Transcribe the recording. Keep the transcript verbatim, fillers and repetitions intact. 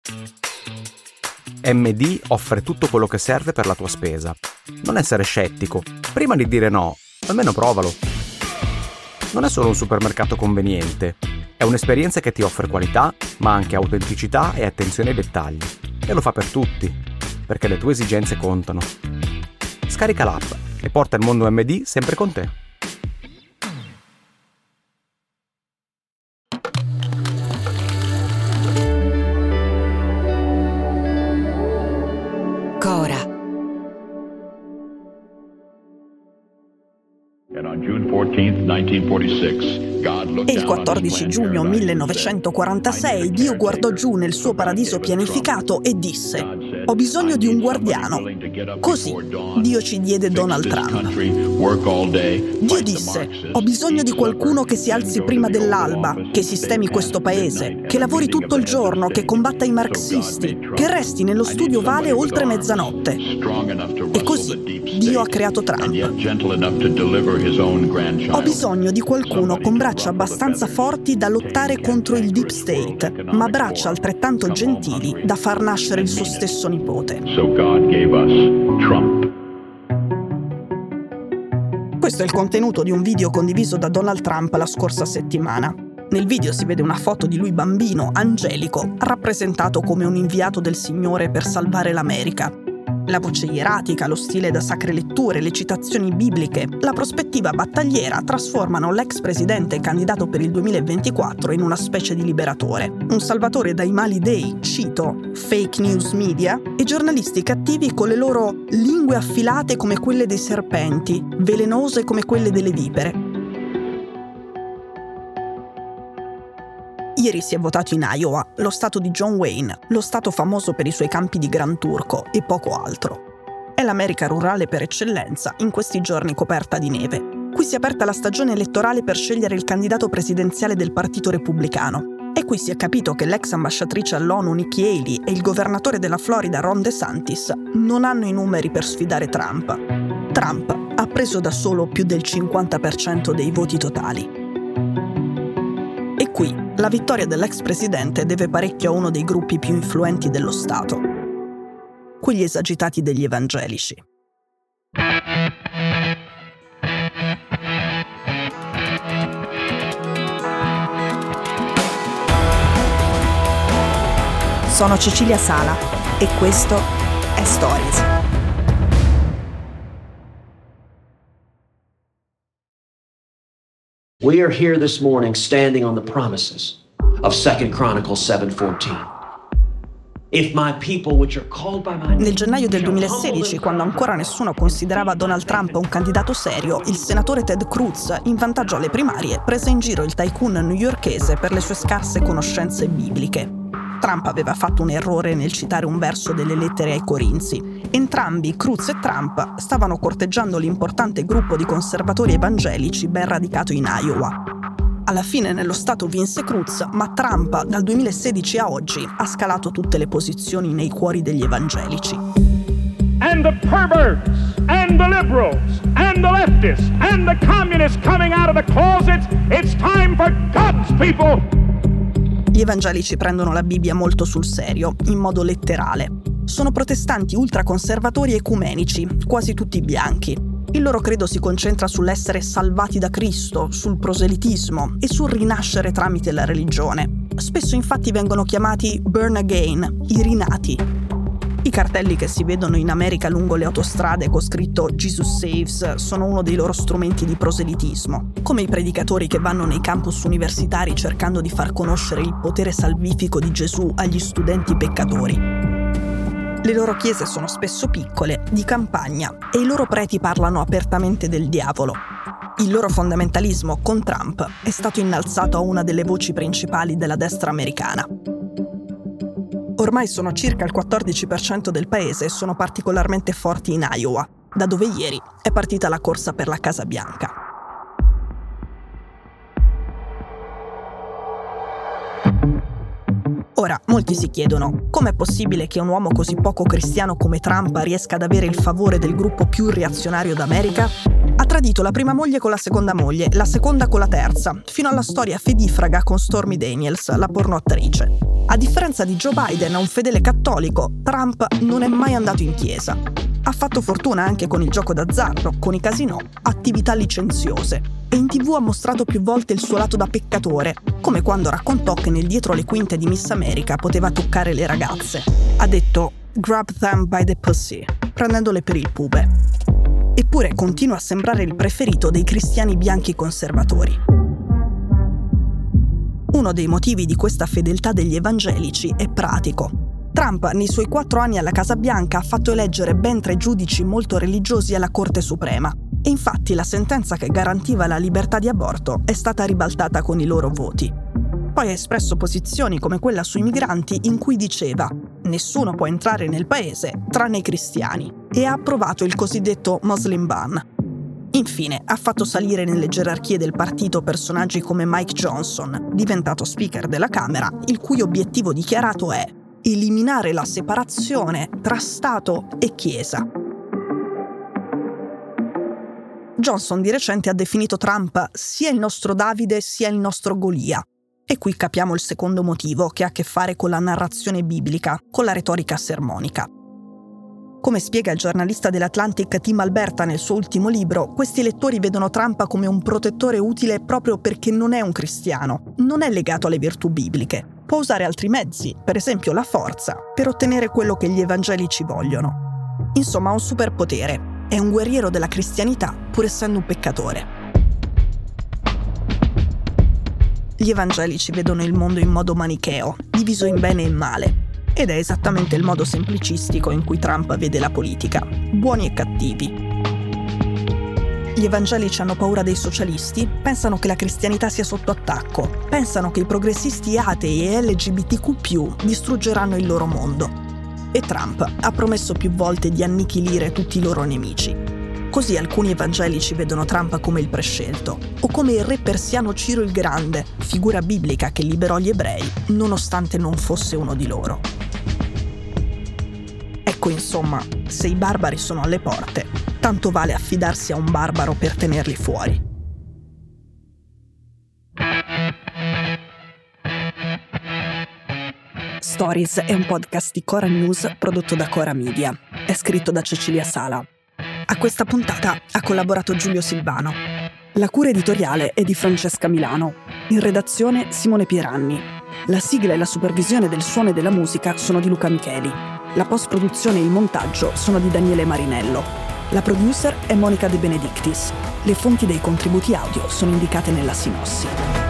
M D offre tutto quello che serve per la tua spesa. Non essere scettico. Prima di dire no, almeno provalo. Non è solo un supermercato conveniente. È un'esperienza che ti offre qualità, ma anche autenticità e attenzione ai dettagli. E lo fa per tutti, perché le tue esigenze contano. Scarica l'app e porta il mondo M D sempre con te. Cora. E il quattordici giugno millenovecentoquarantasei Dio guardò giù nel suo paradiso pianificato e disse: «Ho bisogno di un guardiano». Così Dio ci diede Donald Trump. Dio disse: «Ho bisogno di qualcuno che si alzi prima dell'alba, che sistemi questo paese, che lavori tutto il giorno, che combatta i marxisti, che resti nello studio ovale oltre mezzanotte». E così Dio ha creato Trump. Ho bisogno di qualcuno con braccia abbastanza forti da lottare contro il Deep State, ma braccia altrettanto gentili da far nascere il suo stesso nipote. Questo è il contenuto di un video condiviso da Donald Trump la scorsa settimana. Nel video si vede una foto di lui bambino, angelico, rappresentato come un inviato del Signore per salvare l'America. La voce ieratica, lo stile da sacre letture, le citazioni bibliche, la prospettiva battagliera trasformano l'ex presidente e candidato per il duemilaventiquattro in una specie di liberatore, un salvatore dai mali dei, cito, fake news media e giornalisti cattivi con le loro lingue affilate come quelle dei serpenti, velenose come quelle delle vipere. Ieri si è votato in Iowa, lo stato di John Wayne, lo stato famoso per i suoi campi di gran turco e poco altro. È l'America rurale per eccellenza, in questi giorni coperta di neve. Qui si è aperta la stagione elettorale per scegliere il candidato presidenziale del Partito Repubblicano. E qui si è capito che l'ex ambasciatrice all'ONU Nikki Haley e il governatore della Florida Ron DeSantis non hanno i numeri per sfidare Trump. Trump ha preso da solo più del cinquanta per cento dei voti totali. E qui la vittoria dell'ex presidente deve parecchio a uno dei gruppi più influenti dello Stato, quegli esagitati degli evangelici. Sono Cecilia Sala e questo è Stories. We are here this morning standing on the promises of Second Chronicles seven fourteen. If my people which are called by my name. Nel gennaio del duemilasedici, quando ancora nessuno considerava Donald Trump un candidato serio, il senatore Ted Cruz, in vantaggio alle primarie, prese in giro il tycoon newyorkese per le sue scarse conoscenze bibliche. Trump aveva fatto un errore nel citare un verso delle lettere ai Corinzi. Entrambi, Cruz e Trump, stavano corteggiando l'importante gruppo di conservatori evangelici ben radicato in Iowa. Alla fine nello stato vinse Cruz, ma Trump dal duemilasedici a oggi ha scalato tutte le posizioni nei cuori degli evangelici. And the perverts, and the liberals, and the leftists, and the communists coming out of the closets, it's time for God's people! Gli evangelici prendono la Bibbia molto sul serio, in modo letterale. Sono protestanti ultraconservatori ecumenici, quasi tutti bianchi. Il loro credo si concentra sull'essere salvati da Cristo, sul proselitismo e sul rinascere tramite la religione. Spesso infatti vengono chiamati born again, i rinati. I cartelli che si vedono in America lungo le autostrade con scritto Jesus Saves sono uno dei loro strumenti di proselitismo, come i predicatori che vanno nei campus universitari cercando di far conoscere il potere salvifico di Gesù agli studenti peccatori. Le loro chiese sono spesso piccole, di campagna, e i loro preti parlano apertamente del diavolo. Il loro fondamentalismo con Trump è stato innalzato a una delle voci principali della destra americana. Ormai sono circa il quattordici per cento del paese e sono particolarmente forti in Iowa, da dove ieri è partita la corsa per la Casa Bianca. Ora, molti si chiedono, com'è possibile che un uomo così poco cristiano come Trump riesca ad avere il favore del gruppo più reazionario d'America? Ha tradito la prima moglie con la seconda moglie, la seconda con la terza, fino alla storia fedifraga con Stormy Daniels, la pornoattrice. A differenza di Joe Biden, un fedele cattolico, Trump non è mai andato in chiesa. Ha fatto fortuna anche con il gioco d'azzardo, con i casinò, attività licenziose. E in tivù ha mostrato più volte il suo lato da peccatore, come quando raccontò che nel dietro le quinte di Miss America poteva toccare le ragazze. Ha detto "grab them by the pussy", prendendole per il pube. Eppure continua a sembrare il preferito dei cristiani bianchi conservatori. Uno dei motivi di questa fedeltà degli evangelici è pratico. Trump, nei suoi quattro anni alla Casa Bianca, ha fatto eleggere ben tre giudici molto religiosi alla Corte Suprema. E infatti la sentenza che garantiva la libertà di aborto è stata ribaltata con i loro voti. Poi ha espresso posizioni come quella sui migranti in cui diceva «nessuno può entrare nel paese tranne i cristiani» e ha approvato il cosiddetto Muslim ban. Infine, ha fatto salire nelle gerarchie del partito personaggi come Mike Johnson, diventato speaker della Camera, il cui obiettivo dichiarato è eliminare la separazione tra Stato e Chiesa. Johnson di recente ha definito Trump sia il nostro Davide sia il nostro Golia. E qui capiamo il secondo motivo, che ha a che fare con la narrazione biblica, con la retorica sermonica. Come spiega il giornalista dell'Atlantic Tim Alberta nel suo ultimo libro, questi lettori vedono Trump come un protettore utile proprio perché non è un cristiano, non è legato alle virtù bibliche. Può usare altri mezzi, per esempio la forza, per ottenere quello che gli evangelici vogliono. Insomma, ha un superpotere. È un guerriero della cristianità, pur essendo un peccatore. Gli evangelici vedono il mondo in modo manicheo, diviso in bene e male. Ed è esattamente il modo semplicistico in cui Trump vede la politica, buoni e cattivi. Gli evangelici hanno paura dei socialisti, pensano che la cristianità sia sotto attacco, pensano che i progressisti atei e L G B T Q più distruggeranno il loro mondo. E Trump ha promesso più volte di annichilire tutti i loro nemici. Così alcuni evangelici vedono Trump come il prescelto, o come il re persiano Ciro il Grande, figura biblica che liberò gli ebrei, nonostante non fosse uno di loro. Ecco, insomma, se i barbari sono alle porte, tanto vale affidarsi a un barbaro per tenerli fuori. Stories è un podcast di Cora News prodotto da Cora Media. È scritto da Cecilia Sala. A questa puntata ha collaborato Giulio Silvano. La cura editoriale è di Francesca Milano. In redazione Simone Pieranni. La sigla e la supervisione del suono e della musica sono di Luca Micheli. La post-produzione e il montaggio sono di Daniele Marinello. La producer è Monica De Benedictis. Le fonti dei contributi audio sono indicate nella sinossi.